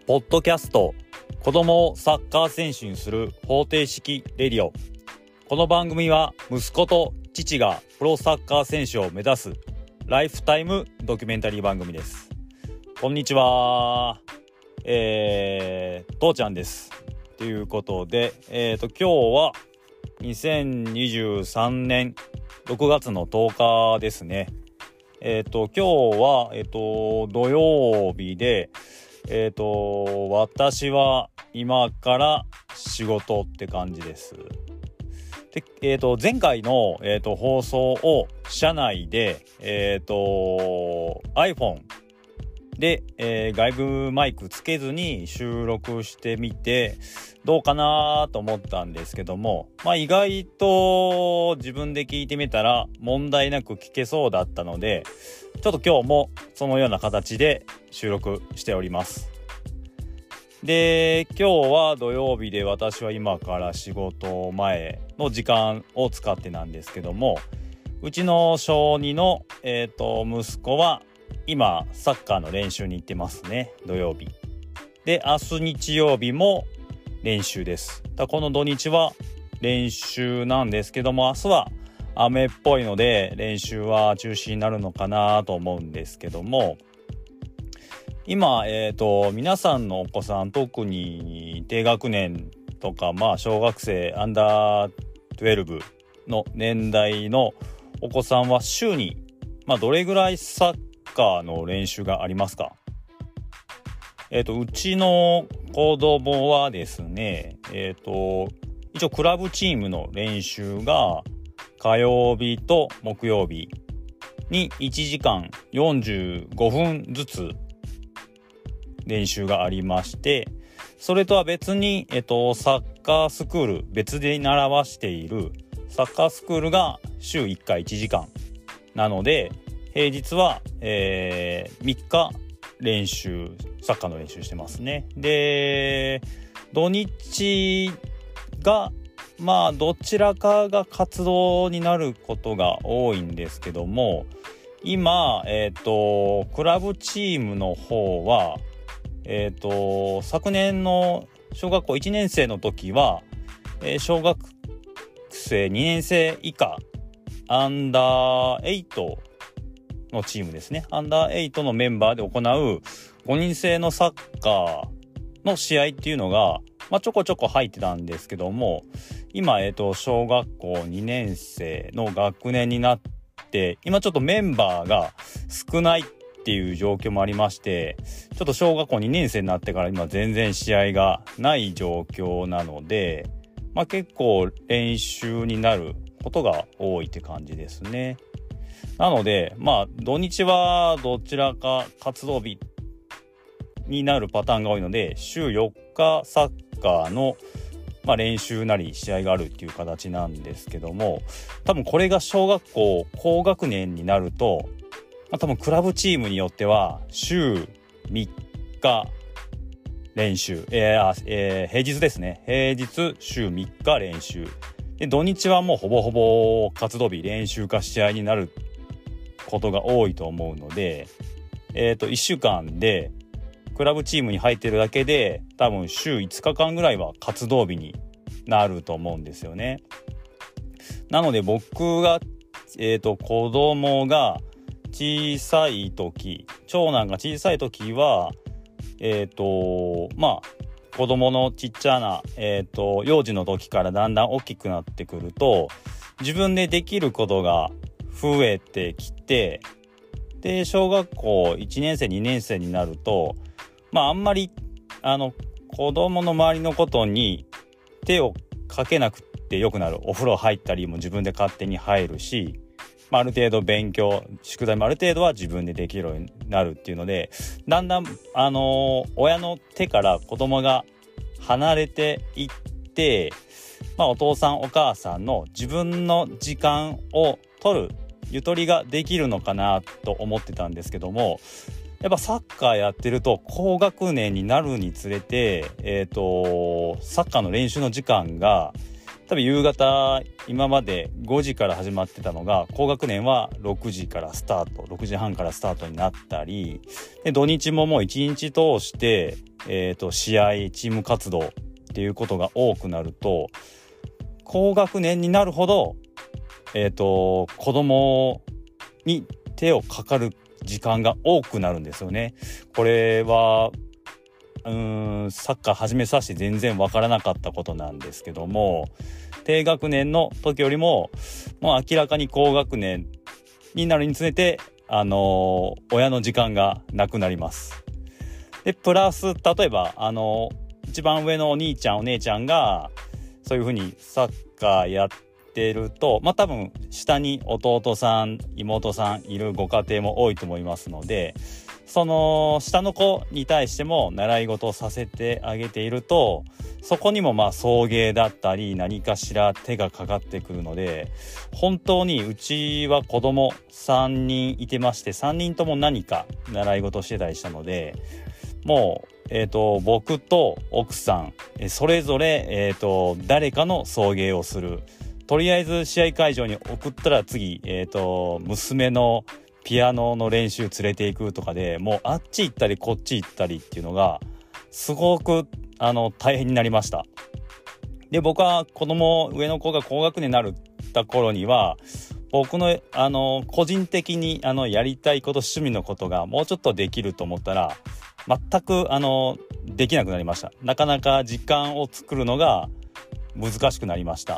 ポッドキャスト、子供をサッカー選手にする方程式レディオ。この番組は息子と父がプロサッカー選手を目指すライフタイムドキュメンタリー番組です。こんにちは、父ちゃんです。ということで、今日は2023年6月の10日ですね。今日は、土曜日で、私は今から仕事って感じです。で、前回の、放送を社内で、iPhone で、外部マイクつけずに収録してみてどうかなと思ったんですけども、意外と自分で聞いてみたら問題なく聞けそうだったので、ちょっと今日もそのような形で収録しております。で、今日は土曜日で私は今から仕事前の時間を使ってなんですけども、うちの小2の、息子は今サッカーの練習に行ってますね。土曜日で、明日日曜日も練習です。この土日は練習なんですけども、明日は雨っぽいので練習は中止になるのかなと思うんですけども、今、皆さんのお子さん、特に低学年とか、小学生アンダー12の年代のお子さんは週に、どれぐらいサッカーの練習がありますか？うちの子供はですね、一応クラブチームの練習が火曜日と木曜日に1時間45分ずつ練習がありまして、それとは別に、サッカースクール、別で習わしているサッカースクールが週1回1時間なので、平日は、3日練習、サッカーの練習してますね。で、土日がどちらかが活動になることが多いんですけども、今、クラブチームの方は昨年の小学校1年生の時は、小学生2年生以下アンダー8のチームですね。アンダー8のメンバーで行う5人制のサッカーの試合っていうのが、ちょこちょこ入ってたんですけども、今、小学校2年生の学年になって、今ちょっとメンバーが少ないっていう状況もありまして、ちょっと小学校2年生になってから今全然試合がない状況なので、結構練習になることが多いって感じですね。なので土日はどちらか活動日になるパターンが多いので、週4日サッカーの練習なり試合があるっていう形なんですけども、多分これが小学校高学年になると、多分クラブチームによっては週3日練習、平日ですね。平日週3日練習で、土日はもうほぼほぼ活動日、練習か試合になることが多いと思うので、1週間でクラブチームに入ってるだけで多分週5日間ぐらいは活動日になると思うんですよね。なので僕が、子供が小さい時、長男が小さい時は子供のちっちゃな、幼児の時からだんだん大きくなってくると、自分でできることが増えてきて、で小学校1年生2年生になると、あんまり子供の周りのことに手をかけなくてよくなる。お風呂入ったりも自分で勝手に入るし、ある程度勉強、宿題もある程度は自分でできるようになるっていうので、だんだん親の手から子供が離れていって、お父さんお母さんの自分の時間を取るゆとりができるのかなと思ってたんですけども、やっぱサッカーやってると高学年になるにつれて、サッカーの練習の時間が多分夕方今まで5時から始まってたのが高学年は6時からスタート、6時半からスタートになったりで、土日ももう1日通して、試合チーム活動っていうことが多くなると、高学年になるほど、子供に手をかかる時間が多くなるんですよね。これはサッカー始めさせて全然わからなかったことなんですけども、低学年の時よりももう明らかに高学年になるにつれて親の時間がなくなります。でプラス例えば一番上のお兄ちゃんお姉ちゃんがそういう風にサッカーやってると、多分下に弟さん妹さんいるご家庭も多いと思いますので、その下の子に対しても習い事をさせてあげていると、そこにも送迎だったり何かしら手がかかってくるので、本当にうちは子供3人いてまして、3人とも何か習い事してたりしたので、もう、僕と奥さんそれぞれ、誰かの送迎をする。とりあえず試合会場に送ったら次、娘のピアノの練習連れていくとかで、もうあっち行ったりこっち行ったりっていうのがすごく大変になりました。で僕は上の子が高学年になった頃には、僕の個人的にやりたいこと趣味のことがもうちょっとできると思ったら全くできなくなりました。なかなか時間を作るのが難しくなりました。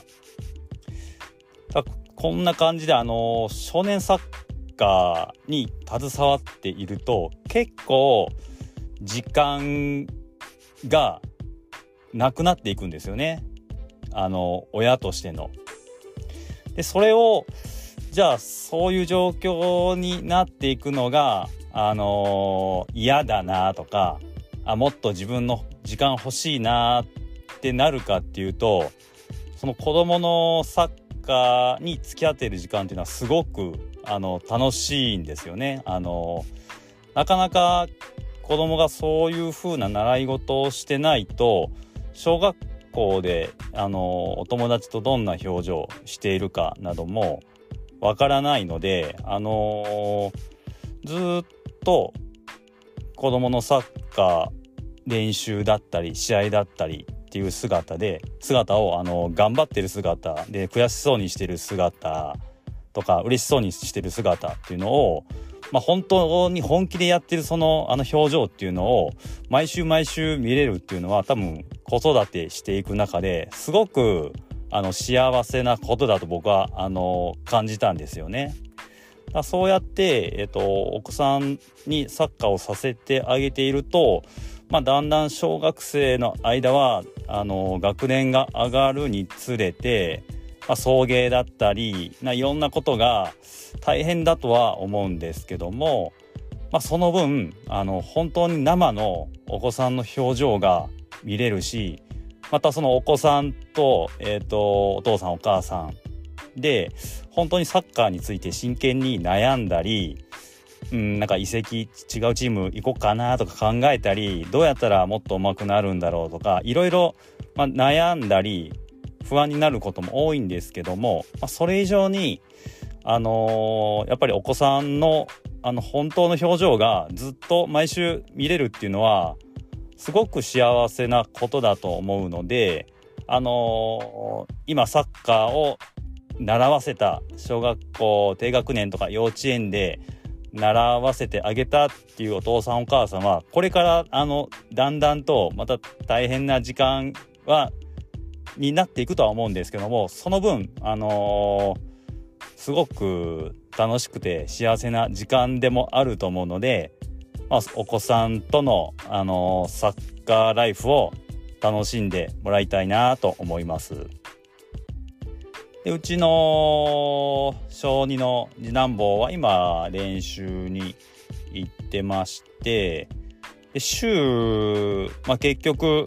こんな感じで少年サッカーに携わっていると結構時間がなくなっていくんですよね、親としての。でそれをじゃあそういう状況になっていくのが嫌だなとか、もっと自分の時間欲しいなってなるかっていうと、その子供のサッカーに付き合っている時間っていうのはすごく楽しいんですよね。なかなか子供がそういう風な習い事をしてないと、小学校でお友達とどんな表情をしているかなどもわからないので、ずっと子供のサッカー練習だったり試合だったりっていう姿を頑張ってる姿で、悔しそうにしてる姿とか嬉しそうにしてる姿っていうのを、本当に本気でやってるその表情っていうのを毎週毎週見れるっていうのは、多分子育てしていく中ですごく幸せなことだと僕は感じたんですよね。そうやって、奥さんにサッカーをさせてあげていると、だんだん小学生の間は学年が上がるにつれて、送迎だったりいろんなことが大変だとは思うんですけども、その分本当に生のお子さんの表情が見れるし、またそのお子さんと、お父さんお母さんで本当にサッカーについて真剣に悩んだり、なんか移籍違うチーム行こうかなとか考えたり、どうやったらもっと上手くなるんだろうとか、いろいろ悩んだり不安になることも多いんですけども、それ以上にやっぱりお子さんの本当の表情がずっと毎週見れるっていうのはすごく幸せなことだと思うので、今サッカーを習わせた小学校低学年とか幼稚園で習わせてあげたっていうお父さんお母さんは、これからだんだんとまた大変な時間になっていくとは思うんですけども、その分すごく楽しくて幸せな時間でもあると思うので、お子さんとのサッカーライフを楽しんでもらいたいなと思います。でうちの小2の次男坊は今練習に行ってまして、で週、結局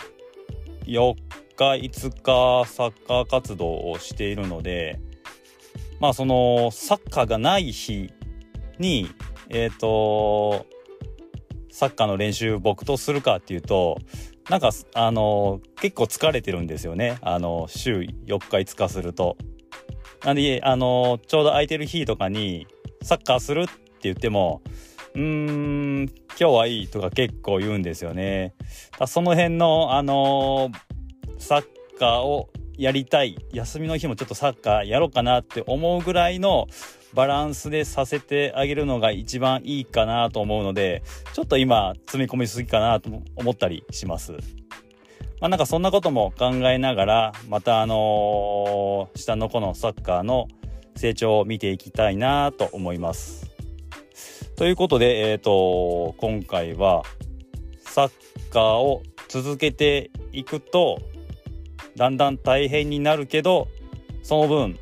4日5日サッカー活動をしているので、そのサッカーがない日にサッカーの練習僕とするかっていうと、 なんか結構疲れてるんですよね。週4日5日すると。なんでちょうど空いてる日とかにサッカーするって言っても今日はいいとか結構言うんですよね。その辺のサッカーをやりたい、休みの日もちょっとサッカーやろうかなって思うぐらいのバランスでさせてあげるのが一番いいかなと思うので、ちょっと今詰め込みすぎかなと思ったりします。なんかそんなことも考えながら、また下の子のサッカーの成長を見ていきたいなと思います。ということで、今回はサッカーを続けていくとだんだん大変になるけど、その分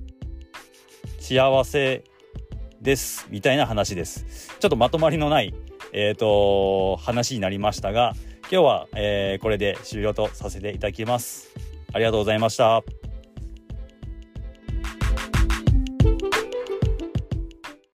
幸せですみたいな話です。ちょっとまとまりのない、話になりましたが、今日は、これで終了とさせていただきます。ありがとうございました。